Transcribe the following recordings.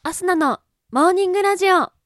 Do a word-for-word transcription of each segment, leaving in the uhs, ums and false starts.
アスナのモーニングラジオ。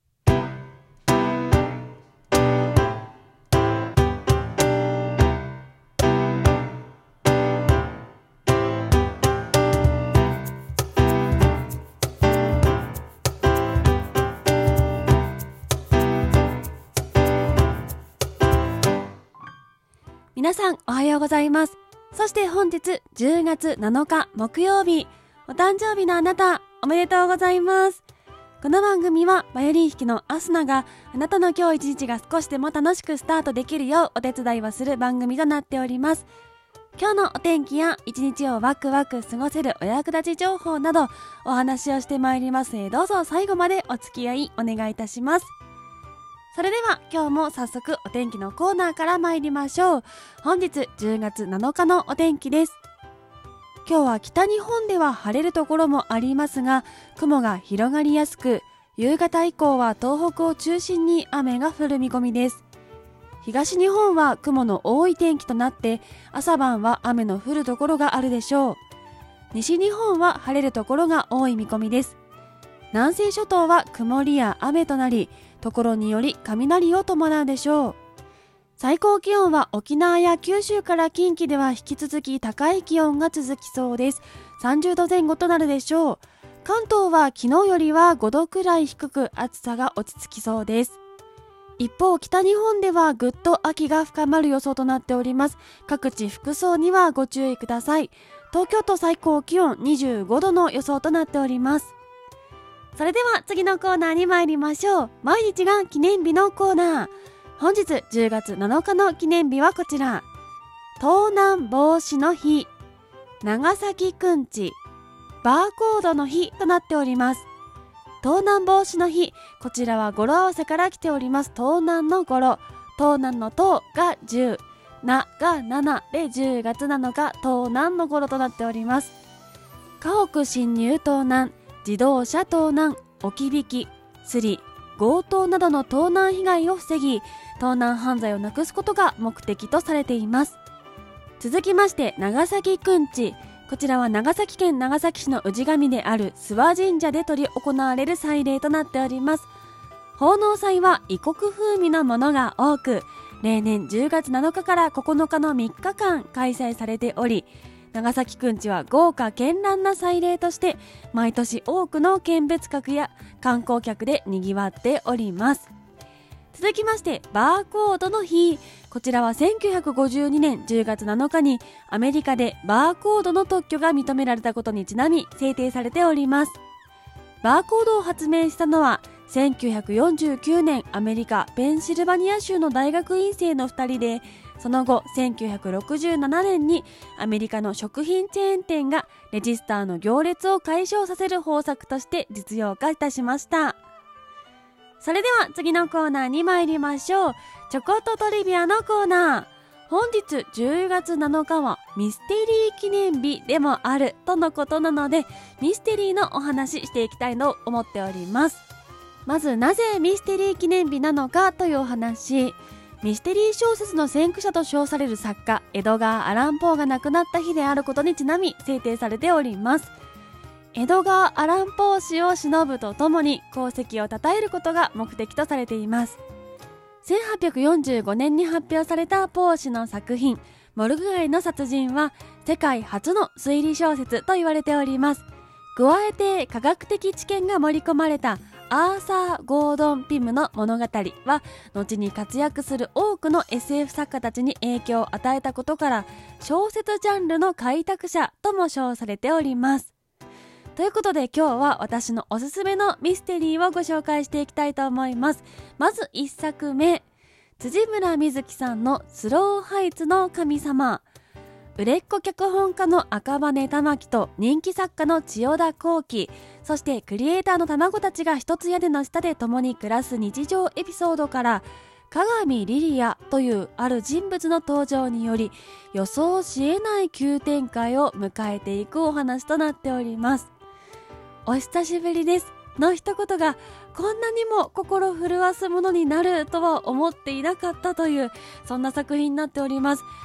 皆さんおはようございます。そして本日じゅうがつなのか木曜日、お誕生日のあなたおめでとうございます。この番組はバイオリン弾きのアスナがあなたの今日一日が少しでも楽しくスタートできるようお手伝いをする番組となっております。今日のお天気や一日をワクワク過ごせるお役立ち情報などお話をしてまいりますので、どうぞ最後までお付き合いお願いいたします。それでは今日も早速お天気のコーナーから参りましょう。本日じゅうがつなのかのお天気です。今日は北日本では晴れるところもありますが、雲が広がりやすく、夕方以降は東北を中心に雨が降る見込みです。東日本は雲の多い天気となって、朝晩は雨の降るところがあるでしょう。西日本は晴れるところが多い見込みです。南西諸島は曇りや雨となり、ところにより雷を伴うでしょう。最高気温は沖縄や九州から近畿では引き続き高い気温が続きそうです。さんじゅうどぜん後となるでしょう。関東は昨日よりはごどくらい低く暑さが落ち着きそうです。一方、北日本ではぐっと秋が深まる予想となっております。各地服装にはご注意ください。東京都最高気温にじゅうごどの予想となっております。それでは次のコーナーに参りましょう。毎日が記念日のコーナー。本日じゅうがつなのかの記念日はこちら。盗難防止の日、長崎くんち、バーコードの日となっております。盗難防止の日、こちらは語呂合わせから来ております。盗難の語呂、盗難の盗がじゅう、ながななでじゅうがつなのか盗難の語呂となっております。家屋侵入盗難、自動車盗難、置き引き、すり、強盗などの盗難被害を防ぎ、盗難犯罪をなくすことが目的とされています。続きまして長崎くんち、こちらは長崎県長崎市の氏神である諏訪神社で執り行われる祭礼となっております。奉納祭は異国風味のものが多く、例年じゅうがつなのかからここのかのみっかかん開催されており、長崎くんちは豪華絢爛な祭礼として毎年多くの見物客や観光客で賑わっております。続きましてバーコードの日、こちらはせんきゅうひゃくごじゅうにねんじゅうがつなのかにアメリカでバーコードの特許が認められたことにちなみ制定されております。バーコードを発明したのはせんきゅうひゃくよんじゅうきゅうねんアメリカペンシルバニア州の大学院生のふたりで、その後せんきゅうひゃくろくじゅうななねんにアメリカの食品チェーン店がレジスターの行列を解消させる方策として実用化いたしました。それでは次のコーナーに参りましょう。ちょこっとトリビアのコーナー。本日じゅうがつなのかはミステリー記念日でもあるとのことなので、ミステリーのお話ししていきたいと思っております。まずなぜミステリー記念日なのかというお話。ミステリー小説の先駆者と称される作家エドガー・アラン・ポーが亡くなった日であることにちなみ制定されております。エドガー・アラン・ポー氏を偲ぶとともに功績を称えることが目的とされています。せんはっぴゃくよんじゅうごねんに発表されたポー氏の作品モルグ街の殺人は世界初の推理小説と言われております。加えて科学的知見が盛り込まれたアーサー・ゴードン・ピムの物語は後に活躍する多くの エスエフ 作家たちに影響を与えたことから小説ジャンルの開拓者とも称されております。ということで今日は私のおすすめのミステリーをご紹介していきたいと思います。まずいっさくめ、辻村瑞希さんのスローハイツの神様。売れっ子脚本家の赤羽玉樹と人気作家の千代田光輝、そしてクリエイターの卵たちが一つ屋根の下で共に暮らす日常エピソードから、鏡リリアというある人物の登場により予想し得ない急展開を迎えていくお話となっております。お久しぶりですの一言がこんなにも心震わすものになるとは思っていなかったという、そんな作品になっております。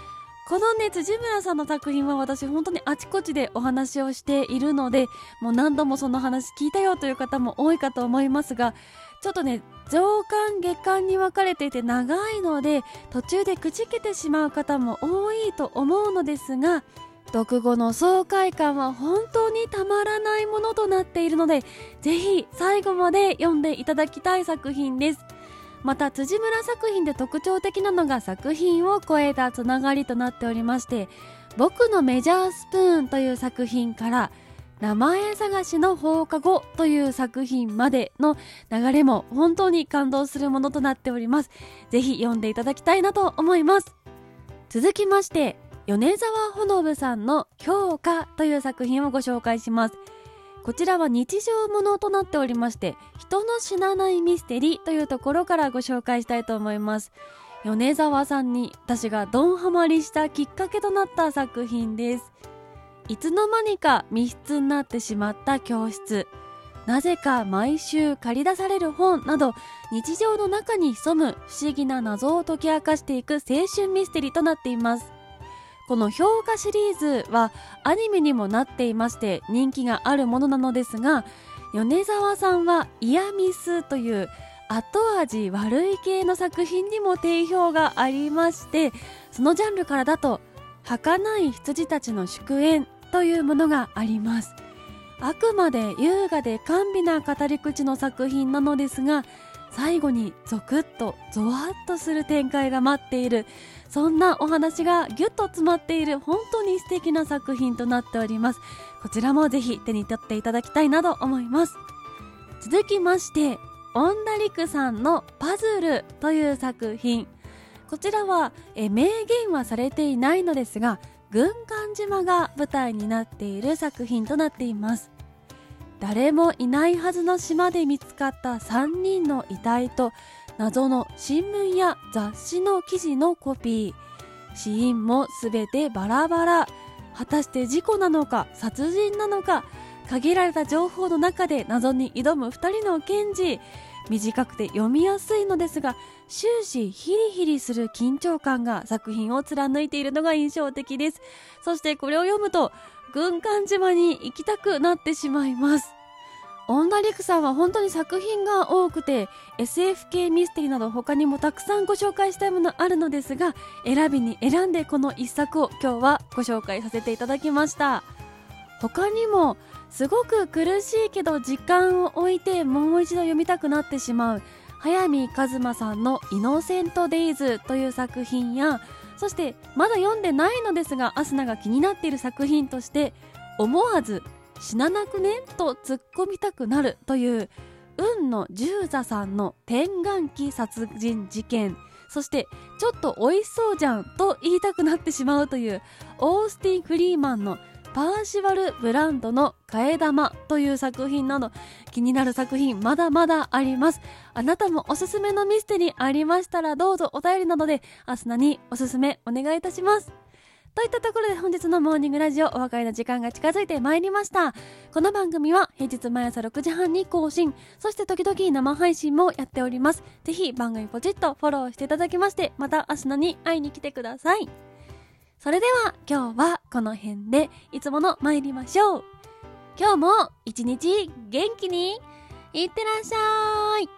このね辻村さんの作品は私本当にあちこちでお話をしているので、もう何度もその話聞いたよという方も多いかと思いますが、ちょっとね上巻下巻に分かれていて長いので途中でくじけてしまう方も多いと思うのですが、読後の爽快感は本当にたまらないものとなっているので、ぜひ最後まで読んでいただきたい作品です。また辻村作品で特徴的なのが作品を超えたつながりとなっておりまして、僕のメジャースプーンという作品から名前探しの放課後という作品までの流れも本当に感動するものとなっております。ぜひ読んでいただきたいなと思います。続きまして米沢ほのぶさんの評価という作品をご紹介します。こちらは日常ものとなっておりまして、人の死なないミステリーというところからご紹介したいと思います。米沢さんに私がドンハマりしたきっかけとなった作品です。いつの間にか密室になってしまった教室、なぜか毎週借り出される本など、日常の中に潜む不思議な謎を解き明かしていく青春ミステリーとなっています。この評価シリーズはアニメにもなっていまして人気があるものなのですが、米沢さんはイヤミスという後味悪い系の作品にも定評がありまして、そのジャンルからだと儚い羊たちの祝宴というものがあります。あくまで優雅で甘美な語り口の作品なのですが、最後にゾクッとゾワッとする展開が待っている、そんなお話がギュッと詰まっている本当に素敵な作品となっております。こちらもぜひ手に取っていただきたいなと思います。続きましてオンダリクさんのパズルという作品、こちらはえ明言はされていないのですが、軍艦島が舞台になっている作品となっています。誰もいないはずの島で見つかったさんにんの遺体と謎の新聞や雑誌の記事のコピー、死因もすべてバラバラ。果たして事故なのか殺人なのか、限られた情報の中で謎に挑むふたりの検事。短くて読みやすいのですが、終始ヒリヒリする緊張感が作品を貫いているのが印象的です。そしてこれを読むと軍艦島に行きたくなってしまいます。オンダリクさんは本当に作品が多くて エスエフ 系ミステリーなど他にもたくさんご紹介したいものあるのですが、選びに選んでこの一作を今日はご紹介させていただきました。他にもすごく苦しいけど時間を置いてもう一度読みたくなってしまう早見一馬さんのイノセントデイズという作品や、そしてまだ読んでないのですがアスナが気になっている作品として、思わず死ななくねと突っ込みたくなるという雲野十座さんの天眼記殺人事件、そしてちょっと美味しそうじゃんと言いたくなってしまうというオースティン・フリーマンのパーシバル・ブランドの替え玉という作品など、気になる作品まだまだあります。あなたもおすすめのミステリーありましたらどうぞお便りなどでアスナにおすすめお願いいたします。といったところで本日のモーニングラジオお別れの時間が近づいてまいりました。この番組は平日毎朝ろくじはんに更新、そして時々生配信もやっております。ぜひ番組ポチッとフォローしていただきまして、またアスナに会いに来てください。それでは今日はこの辺でいつもの参りましょう。今日も一日元気にいってらっしゃい。